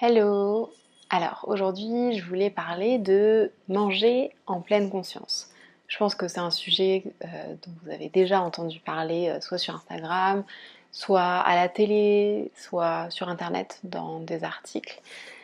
Hello! Alors aujourd'hui je voulais parler de manger en pleine conscience. Je pense que c'est un sujet dont vous avez déjà entendu parler soit sur Instagram, soit à la télé, soit sur internet dans des articles.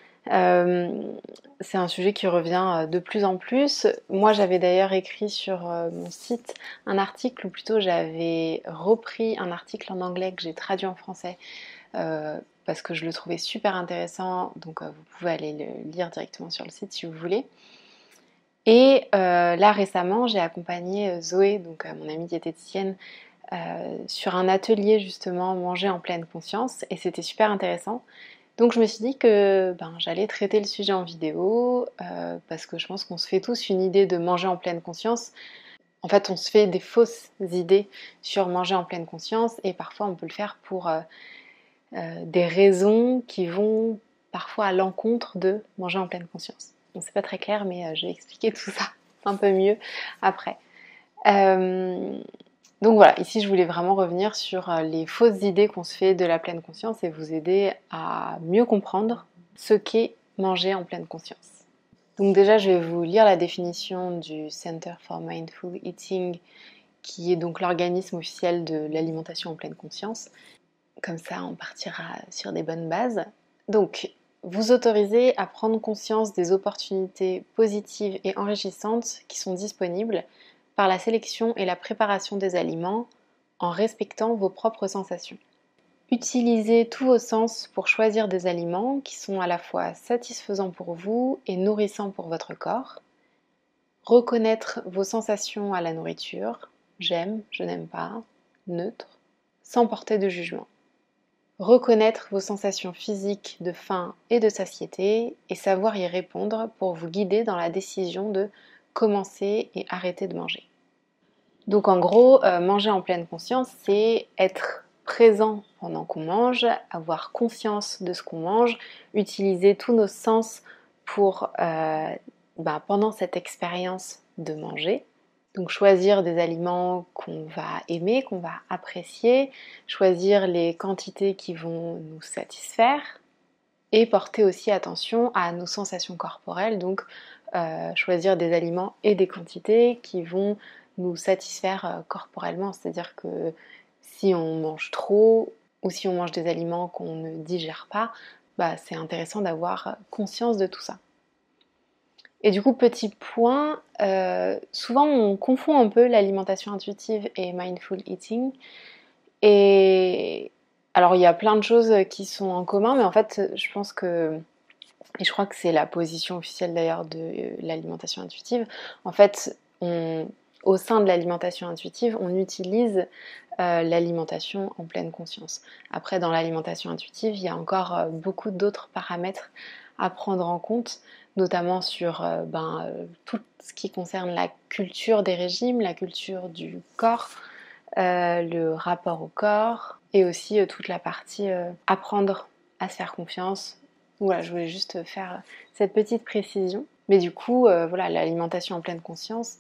C'est un sujet qui revient de plus en plus. Moi j'avais d'ailleurs écrit sur mon site un article, ou plutôt j'avais repris un article en anglais que j'ai traduit en français parce que je le trouvais super intéressant, donc vous pouvez aller le lire directement sur le site si vous voulez. Et là récemment j'ai accompagné Zoé, donc mon amie diététicienne, sur un atelier justement manger en pleine conscience, et c'était super intéressant. Donc je me suis dit que j'allais traiter le sujet en vidéo, parce que je pense qu'on se fait tous une idée de manger en pleine conscience. En fait on se fait des fausses idées sur manger en pleine conscience, et parfois on peut le faire pour des raisons qui vont parfois à l'encontre de manger en pleine conscience. Donc c'est pas très clair, mais je vais expliquer tout ça un peu mieux après. Donc voilà, ici je voulais vraiment revenir sur les fausses idées qu'on se fait de la pleine conscience et vous aider à mieux comprendre ce qu'est manger en pleine conscience. Donc déjà je vais vous lire la définition du Center for Mindful Eating, qui est donc l'organisme officiel de l'alimentation en pleine conscience. Comme ça, on partira sur des bonnes bases. Donc, vous autorisez à prendre conscience des opportunités positives et enrichissantes qui sont disponibles par la sélection et la préparation des aliments en respectant vos propres sensations. Utilisez tous vos sens pour choisir des aliments qui sont à la fois satisfaisants pour vous et nourrissants pour votre corps. Reconnaître vos sensations à la nourriture, j'aime, je n'aime pas, neutre, sans porter de jugement. Reconnaître vos sensations physiques de faim et de satiété et savoir y répondre pour vous guider dans la décision de commencer et arrêter de manger. Donc en gros, manger en pleine conscience, c'est être présent pendant qu'on mange, avoir conscience de ce qu'on mange, utiliser tous nos sens pour, pendant cette expérience de manger. Donc choisir des aliments qu'on va aimer, qu'on va apprécier, choisir les quantités qui vont nous satisfaire et porter aussi attention à nos sensations corporelles, donc choisir des aliments et des quantités qui vont nous satisfaire corporellement, c'est-à-dire que si on mange trop ou si on mange des aliments qu'on ne digère pas, c'est intéressant d'avoir conscience de tout ça. Et du coup, petit point, souvent on confond un peu l'alimentation intuitive et mindful eating. Et alors il y a plein de choses qui sont en commun, mais en fait je pense que, et je crois que c'est la position officielle d'ailleurs de l'alimentation intuitive, en fait au sein de l'alimentation intuitive, on utilise l'alimentation en pleine conscience. Après, dans l'alimentation intuitive, il y a encore beaucoup d'autres paramètres à prendre en compte, notamment sur tout ce qui concerne la culture des régimes, la culture du corps, le rapport au corps, et aussi toute la partie apprendre à se faire confiance. Voilà, je voulais juste faire cette petite précision. Mais du coup, voilà, l'alimentation en pleine conscience,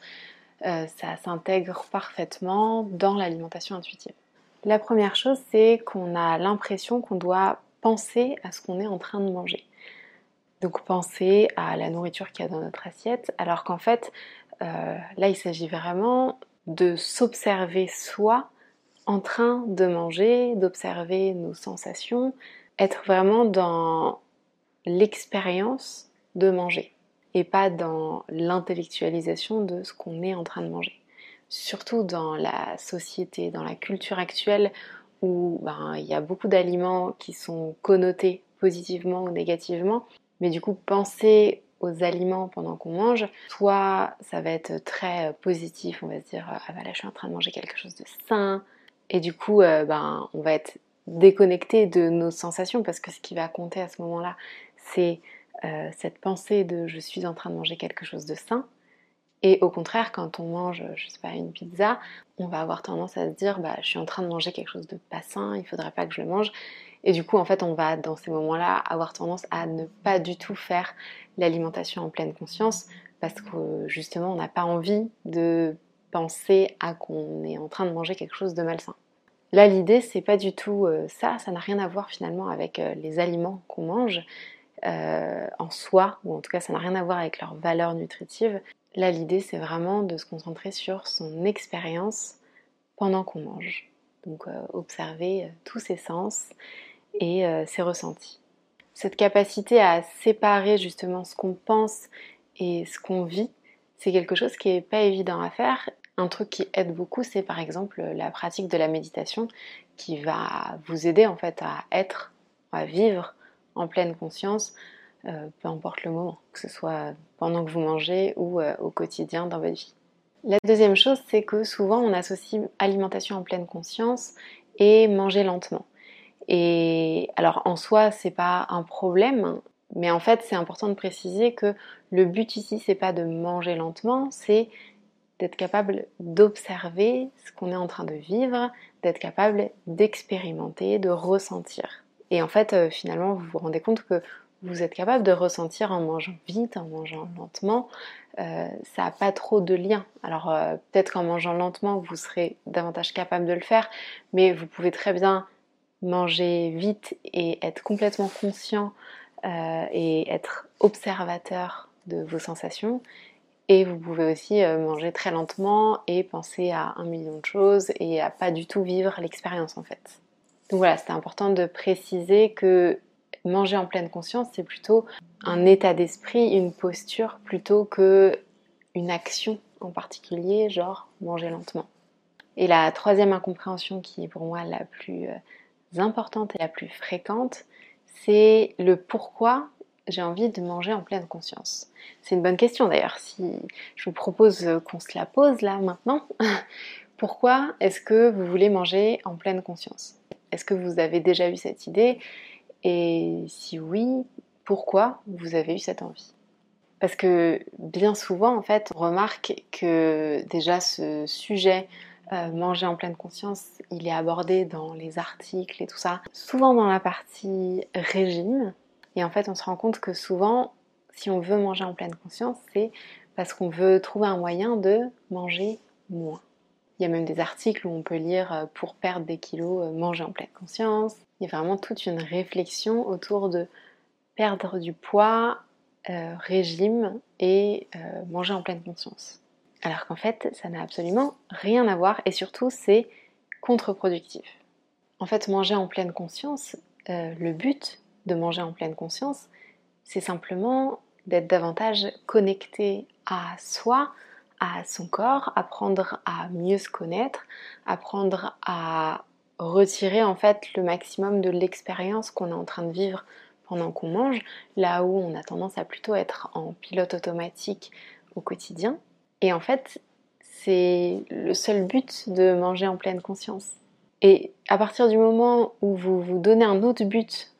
ça s'intègre parfaitement dans l'alimentation intuitive. La première chose, c'est qu'on a l'impression qu'on doit penser à ce qu'on est en train de manger. Donc penser à la nourriture qu'il y a dans notre assiette, alors qu'en fait, là il s'agit vraiment de s'observer soi en train de manger, d'observer nos sensations, être vraiment dans l'expérience de manger et pas dans l'intellectualisation de ce qu'on est en train de manger. Surtout dans la société, dans la culture actuelle où il y a beaucoup d'aliments qui sont connotés positivement ou négativement, mais du coup penser aux aliments pendant qu'on mange, soit ça va être très positif, on va se dire ah bah là je suis en train de manger quelque chose de sain, et du coup on va être déconnecté de nos sensations, parce que ce qui va compter à ce moment-là, c'est cette pensée de je suis en train de manger quelque chose de sain. Et au contraire, quand on mange, je sais pas, une pizza, on va avoir tendance à se dire je suis en train de manger quelque chose de pas sain, il faudrait pas que je le mange. Et du coup, en fait, on va dans ces moments-là avoir tendance à ne pas du tout faire l'alimentation en pleine conscience, parce que justement, on n'a pas envie de penser à qu'on est en train de manger quelque chose de malsain. Là, l'idée, c'est pas du tout ça n'a rien à voir finalement avec les aliments qu'on mange. en soi, ou en tout cas ça n'a rien à voir avec leur valeur nutritive. Là l'idée c'est vraiment de se concentrer sur son expérience pendant qu'on mange. Donc observer tous ses sens et ses ressentis. Cette capacité à séparer justement ce qu'on pense et ce qu'on vit, c'est quelque chose qui n'est pas évident à faire. Un truc qui aide beaucoup, c'est par exemple la pratique de la méditation qui va vous aider en fait à être, à vivre en pleine conscience, peu importe le moment, que ce soit pendant que vous mangez ou au quotidien dans votre vie. La deuxième chose, c'est que souvent on associe alimentation en pleine conscience et manger lentement. Et alors en soi, c'est pas un problème, mais en fait, c'est important de préciser que le but ici, c'est pas de manger lentement, c'est d'être capable d'observer ce qu'on est en train de vivre, d'être capable d'expérimenter, de ressentir. Et en fait, finalement, vous vous rendez compte que vous êtes capable de ressentir en mangeant vite, en mangeant lentement. Ça n'a pas trop de lien. Alors peut-être qu'en mangeant lentement, vous serez davantage capable de le faire, mais vous pouvez très bien manger vite et être complètement conscient et être observateur de vos sensations. Et vous pouvez aussi manger très lentement et penser à un million de choses et à pas du tout vivre l'expérience en fait. Donc voilà, c'était important de préciser que manger en pleine conscience, c'est plutôt un état d'esprit, une posture, plutôt que une action en particulier, genre manger lentement. Et la troisième incompréhension qui est pour moi la plus importante et la plus fréquente, c'est le pourquoi j'ai envie de manger en pleine conscience. C'est une bonne question d'ailleurs, si je vous propose qu'on se la pose là maintenant. Pourquoi est-ce que vous voulez manger en pleine conscience? Est-ce que vous avez déjà eu cette idée? Et si oui, pourquoi vous avez eu cette envie? Parce que bien souvent, en fait, on remarque que déjà ce sujet manger en pleine conscience, il est abordé dans les articles et tout ça, souvent dans la partie régime. Et en fait, on se rend compte que souvent, si on veut manger en pleine conscience, c'est parce qu'on veut trouver un moyen de manger moins. Il y a même des articles où on peut lire pour perdre des kilos, manger en pleine conscience. Il y a vraiment toute une réflexion autour de perdre du poids, régime et manger en pleine conscience. Alors qu'en fait, ça n'a absolument rien à voir et surtout, c'est contre-productif. En fait, manger en pleine conscience, le but de manger en pleine conscience, c'est simplement d'être davantage connecté à soi, à son corps, apprendre à mieux se connaître, apprendre à retirer en fait le maximum de l'expérience qu'on est en train de vivre pendant qu'on mange, là où on a tendance à plutôt être en pilote automatique au quotidien. Et en fait, c'est le seul but de manger en pleine conscience. Et à partir du moment où vous vous donnez un autre but,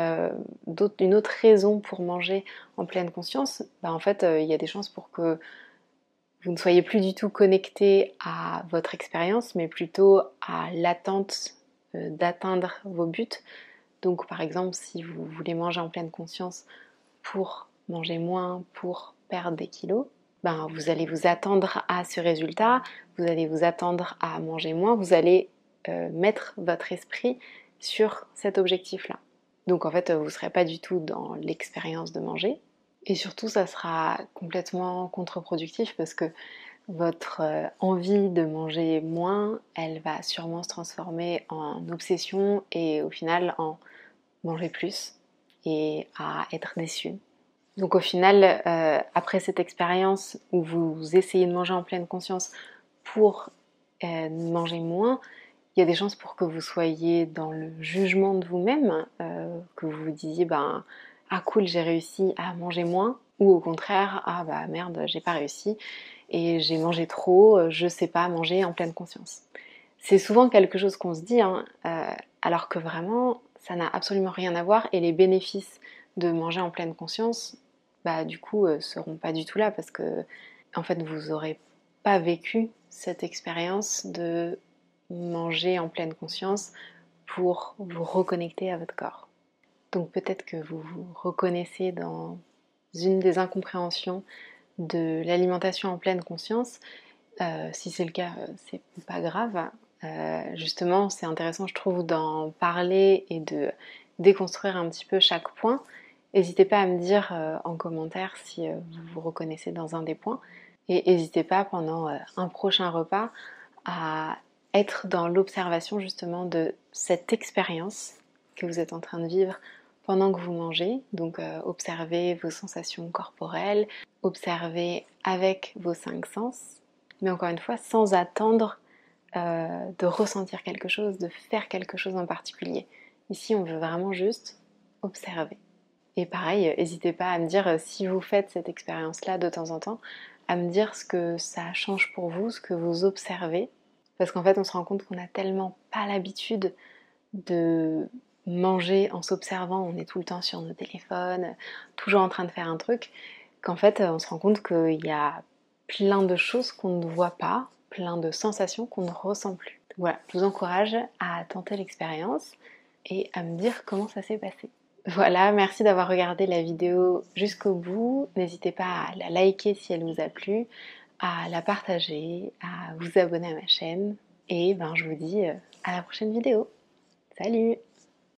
une autre raison pour manger en pleine conscience, bah en fait, il y a des chances pour que vous ne soyez plus du tout connecté à votre expérience, mais plutôt à l'attente d'atteindre vos buts. Donc par exemple, si vous voulez manger en pleine conscience pour manger moins, pour perdre des kilos, ben, vous allez vous attendre à ce résultat, vous allez vous attendre à manger moins, vous allez mettre votre esprit sur cet objectif-là. Donc en fait, vous ne serez pas du tout dans l'expérience de manger. Et surtout, ça sera complètement contre-productif parce que votre envie de manger moins, elle va sûrement se transformer en obsession et au final en manger plus et à être déçu. Donc au final, après cette expérience où vous essayez de manger en pleine conscience pour manger moins, il y a des chances pour que vous soyez dans le jugement de vous-même, que vous vous disiez ben ah cool j'ai réussi à manger moins, ou au contraire ah bah merde j'ai pas réussi et j'ai mangé trop, je sais pas manger en pleine conscience. C'est souvent quelque chose qu'on se dit, hein, alors que vraiment ça n'a absolument rien à voir et les bénéfices de manger en pleine conscience, bah du coup seront pas du tout là parce que en fait vous aurez pas vécu cette expérience de manger en pleine conscience pour vous reconnecter à votre corps. Donc peut-être que vous vous reconnaissez dans une des incompréhensions de l'alimentation en pleine conscience. Si c'est le cas, c'est pas grave. Justement, c'est intéressant, je trouve, d'en parler et de déconstruire un petit peu chaque point. N'hésitez pas à me dire en commentaire si vous vous reconnaissez dans un des points. Et n'hésitez pas pendant un prochain repas à être dans l'observation justement de cette expérience que vous êtes en train de vivre pendant que vous mangez. Donc observez vos sensations corporelles, observez avec vos 5 sens, mais encore une fois sans attendre de ressentir quelque chose, de faire quelque chose en particulier. Ici on veut vraiment juste observer. Et pareil, n'hésitez pas à me dire si vous faites cette expérience-là de temps en temps, à me dire ce que ça change pour vous, ce que vous observez. Parce qu'en fait, on se rend compte qu'on n'a tellement pas l'habitude de manger en s'observant. On est tout le temps sur nos téléphones, toujours en train de faire un truc, qu'en fait, on se rend compte qu'il y a plein de choses qu'on ne voit pas, plein de sensations qu'on ne ressent plus. Donc voilà, je vous encourage à tenter l'expérience et à me dire comment ça s'est passé. Voilà, merci d'avoir regardé la vidéo jusqu'au bout. N'hésitez pas à la liker si elle vous a plu, à la partager, à vous abonner à ma chaîne. Et ben, je vous dis à la prochaine vidéo. Salut!